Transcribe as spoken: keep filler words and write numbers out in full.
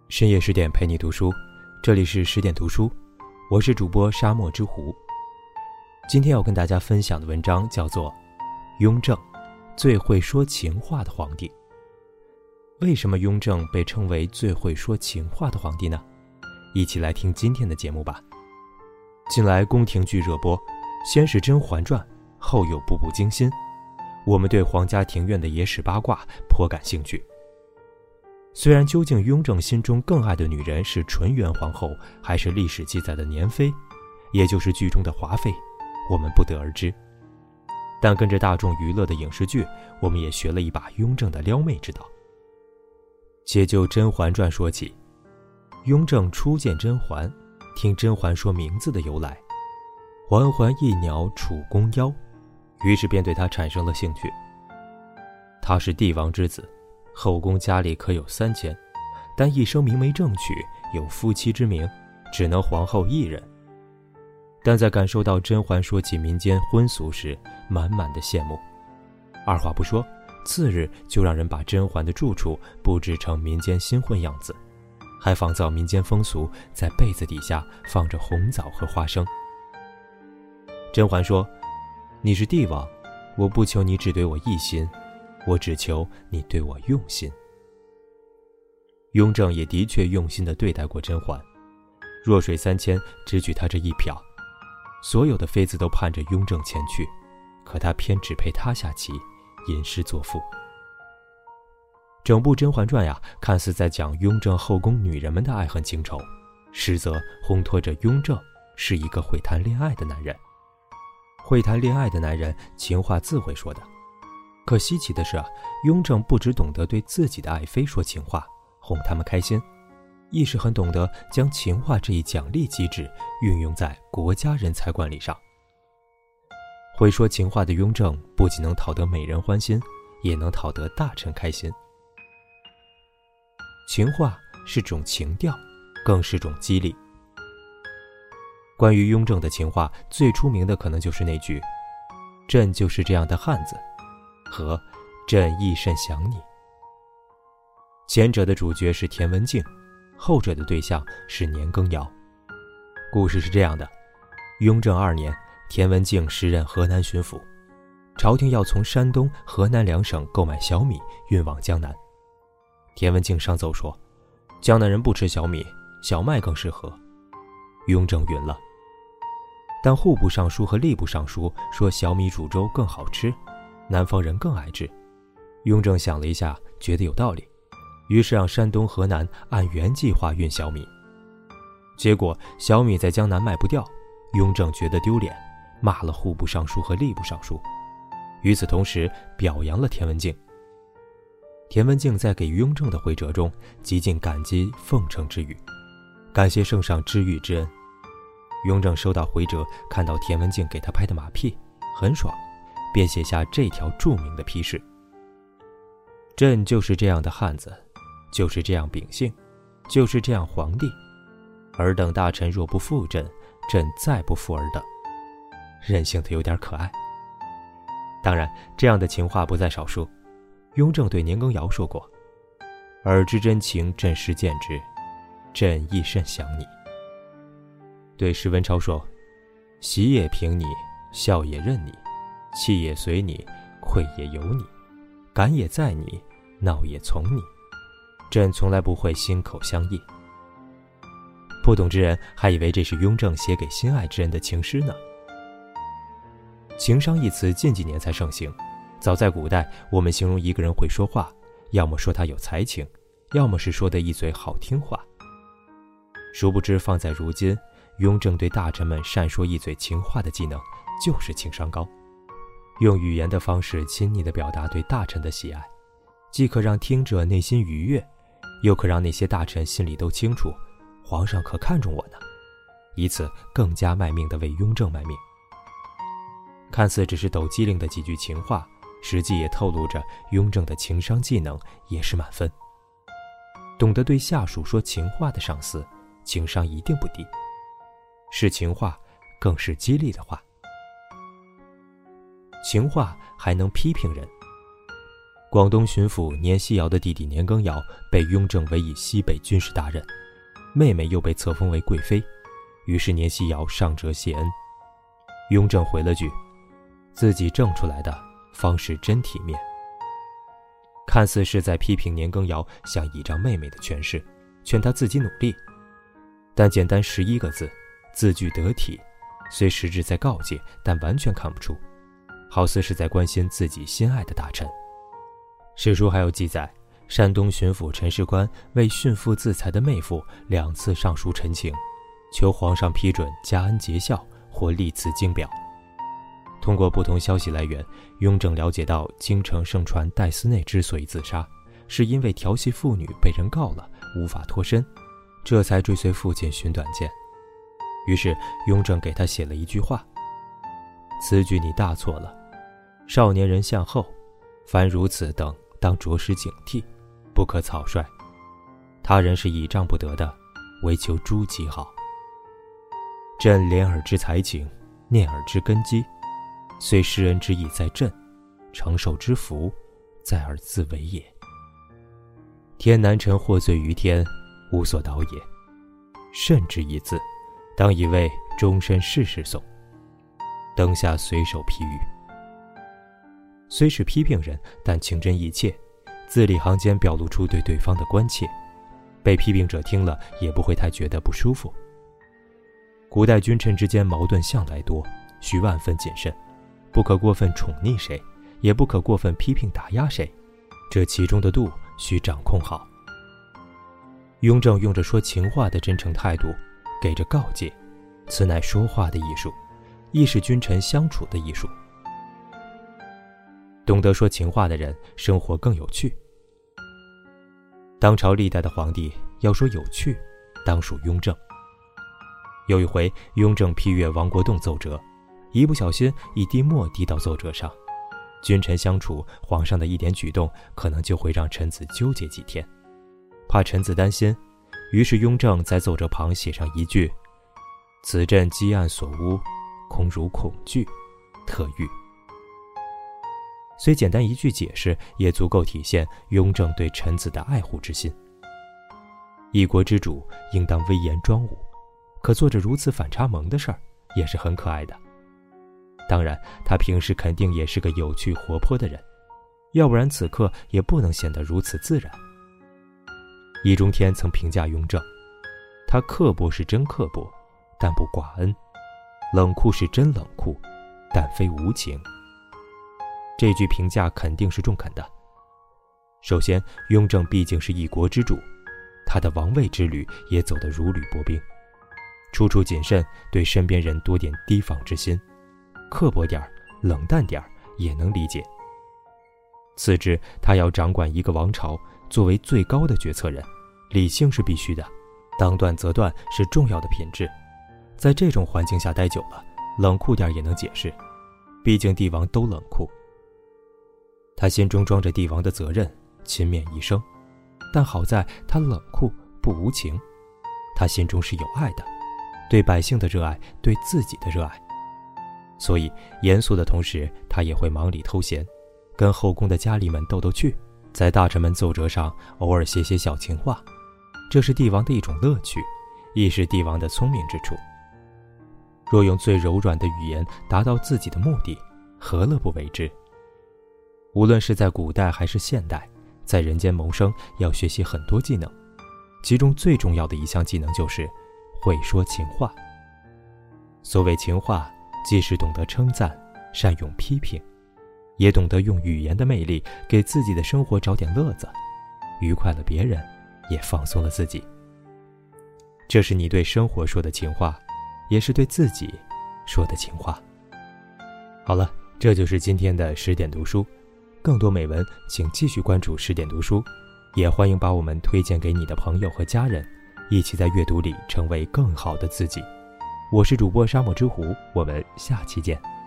深夜十点陪你读书，这里是十点读书，我是主播沙漠之狐。今天要跟大家分享的文章叫做《雍正，最会说情话的皇帝》。为什么雍正被称为最会说情话的皇帝呢？一起来听今天的节目吧。近来宫廷剧热播，先是《甄嬛传》，后有《步步惊心》，我们对皇家庭院的野史八卦颇感兴趣。虽然究竟雍正心中更爱的女人是纯元皇后，还是历史记载的年妃，也就是剧中的华妃，我们不得而知。但跟着大众娱乐的影视剧，我们也学了一把雍正的撩妹之道。且就《甄嬛传》说起，雍正初见甄嬛，听甄嬛说名字的由来，嬛嬛一鸟楚宫腰，于是便对她产生了兴趣。他是帝王之子，后宫佳丽可有三千，但一生明媒正娶，有夫妻之名，只能皇后一人。但在感受到甄嬛说起民间婚俗时，满满的羡慕。二话不说，次日就让人把甄嬛的住处布置成民间新婚样子，还仿造民间风俗，在被子底下放着红枣和花生。甄嬛说：“你是帝王，我不求你只对我一心，我只求你对我用心。”雍正也的确用心地对待过甄嬛，弱水三千，只取她这一瓢。所有的妃子都盼着雍正前去，可他偏只陪她下棋，吟诗作赋。整部《甄嬛传》呀，看似在讲雍正后宫女人们的爱恨情仇，实则烘托着雍正是一个会谈恋爱的男人。会谈恋爱的男人，情话自会说的。可稀奇的是啊，雍正不只懂得对自己的爱妃说情话，哄他们开心，亦是很懂得将情话这一奖励机制运用在国家人才管理上。会说情话的雍正不仅能讨得美人欢心，也能讨得大臣开心。情话是种情调，更是种激励。关于雍正的情话，最出名的可能就是那句“朕就是这样的汉子”和“朕亦甚想你”。前者的主角是田文镜，后者的对象是年羹尧。故事是这样的：雍正二年，田文镜时任河南巡抚，朝廷要从山东、河南两省购买小米运往江南。田文镜上奏说，江南人不吃小米，小麦更适合。雍正允了。但户部尚书和吏部尚书说小米煮粥更好吃，南方人更爱吃。雍正想了一下，觉得有道理，于是让山东、河南按原计划运小米。结果小米在江南卖不掉，雍正觉得丢脸，骂了户部尚书和吏部尚书，与此同时表扬了田文镜。田文镜在给雍正的回折中极尽感激奉承之语，感谢圣上知遇之恩。雍正收到回折，看到田文镜给他拍的马屁，很爽，便写下这条著名的批示：朕就是这样的汉子，就是这样秉性，就是这样皇帝。尔等大臣若不负朕，朕再不负尔等。任性的有点可爱。当然，这样的情话不在少数。雍正对年羹尧说过：“尔之真情，朕实见之，朕亦甚想你。”对施文超说：“喜也凭你，笑也任你，气也随你，愧也由你，感也在你，闹也从你，朕从来不会心口相异。”不懂之人还以为这是雍正写给心爱之人的情诗呢。情商一词近几年才盛行，早在古代，我们形容一个人会说话，要么说他有才情，要么是说的一嘴好听话。殊不知放在如今，雍正对大臣们善说一嘴情话的技能就是情商高，用语言的方式亲昵地表达对大臣的喜爱，既可让听者内心愉悦，又可让那些大臣心里都清楚皇上可看重我呢，以此更加卖命地为雍正卖命。看似只是抖机灵的几句情话，实际也透露着雍正的情商技能也是满分。懂得对下属说情话的上司，情商一定不低，是情话，更是激励的话。情话还能批评人。 广东巡抚年希尧的弟弟年羹尧被雍正委以西北军事大任，妹妹又被册封为贵妃，于是年希尧上折谢恩。雍正回了句：自己挣出来的方是真体面。看似是在批评年羹尧想倚仗妹妹的权势，劝他自己努力，但简单十一个字，字句得体，虽实质在告诫，但完全看不出，好似是在关心自己心爱的大臣。史书还有记载，山东巡抚陈世官为殉父自裁的妹夫两次上书陈情，求皇上批准加恩节孝或立祠经表。通过不同消息来源，雍正了解到京城盛传戴思内之所以自杀，是因为调戏妇女被人告了，无法脱身，这才追随父亲寻短见。于是雍正给他写了一句话：此举你大错了，少年人向后，凡如此等当着实警惕，不可草率。他人是倚仗不得的，唯求诸己好。朕怜尔之才情，念尔之根基，虽施恩之意在朕，承受之福在而自为也。天难臣获罪于天，无所导也。慎之一字，当以为终身世事诵。灯下随手批语。虽是批评人，但情真意切，字里行间表露出对对方的关切，被批评者听了也不会太觉得不舒服。古代君臣之间矛盾向来多，需万分谨慎，不可过分宠溺谁，也不可过分批评打压谁，这其中的度需掌控好。雍正用着说情话的真诚态度，给着告诫，此乃说话的艺术，亦是君臣相处的艺术。懂得说情话的人，生活更有趣。当朝历代的皇帝要说有趣，当属雍正。有一回，雍正批阅王国栋奏折，一不小心一滴墨滴到奏折上，君臣相处，皇上的一点举动可能就会让臣子纠结几天。怕臣子担心，于是雍正在奏折旁写上一句：此朕积案所诬，恐汝恐惧，特谕。虽简单一句解释，也足够体现雍正对臣子的爱护之心。一国之主应当威严庄武，可做着如此反差萌的事儿，也是很可爱的。当然，他平时肯定也是个有趣活泼的人，要不然此刻也不能显得如此自然。易中天曾评价雍正，他刻薄是真刻薄，但不寡恩；冷酷是真冷酷，但非无情。这句评价肯定是中肯的。首先，雍正毕竟是一国之主，他的王位之旅也走得如履薄冰，处处谨慎，对身边人多点提防之心，刻薄点儿，冷淡点儿也能理解。次之，他要掌管一个王朝，作为最高的决策人，理性是必须的，当断则断是重要的品质。在这种环境下待久了，冷酷点也能解释，毕竟帝王都冷酷。他心中装着帝王的责任，勤勉一生，但好在他冷酷不无情，他心中是有爱的，对百姓的热爱，对自己的热爱。所以严肃的同时，他也会忙里偷闲，跟后宫的佳丽们斗斗趣，在大臣们奏折上偶尔写写小情话，这是帝王的一种乐趣，亦是帝王的聪明之处。若用最柔软的语言达到自己的目的，何乐不为之？无论是在古代还是现代，在人间谋生要学习很多技能，其中最重要的一项技能就是会说情话。所谓情话，既是懂得称赞，善用批评，也懂得用语言的魅力给自己的生活找点乐子，愉快了别人，也放松了自己。这是你对生活说的情话，也是对自己说的情话。好了，这就是今天的十点读书。更多美文请继续关注十点读书，也欢迎把我们推荐给你的朋友和家人，一起在阅读里成为更好的自己。我是主播沙漠之狐，我们下期见。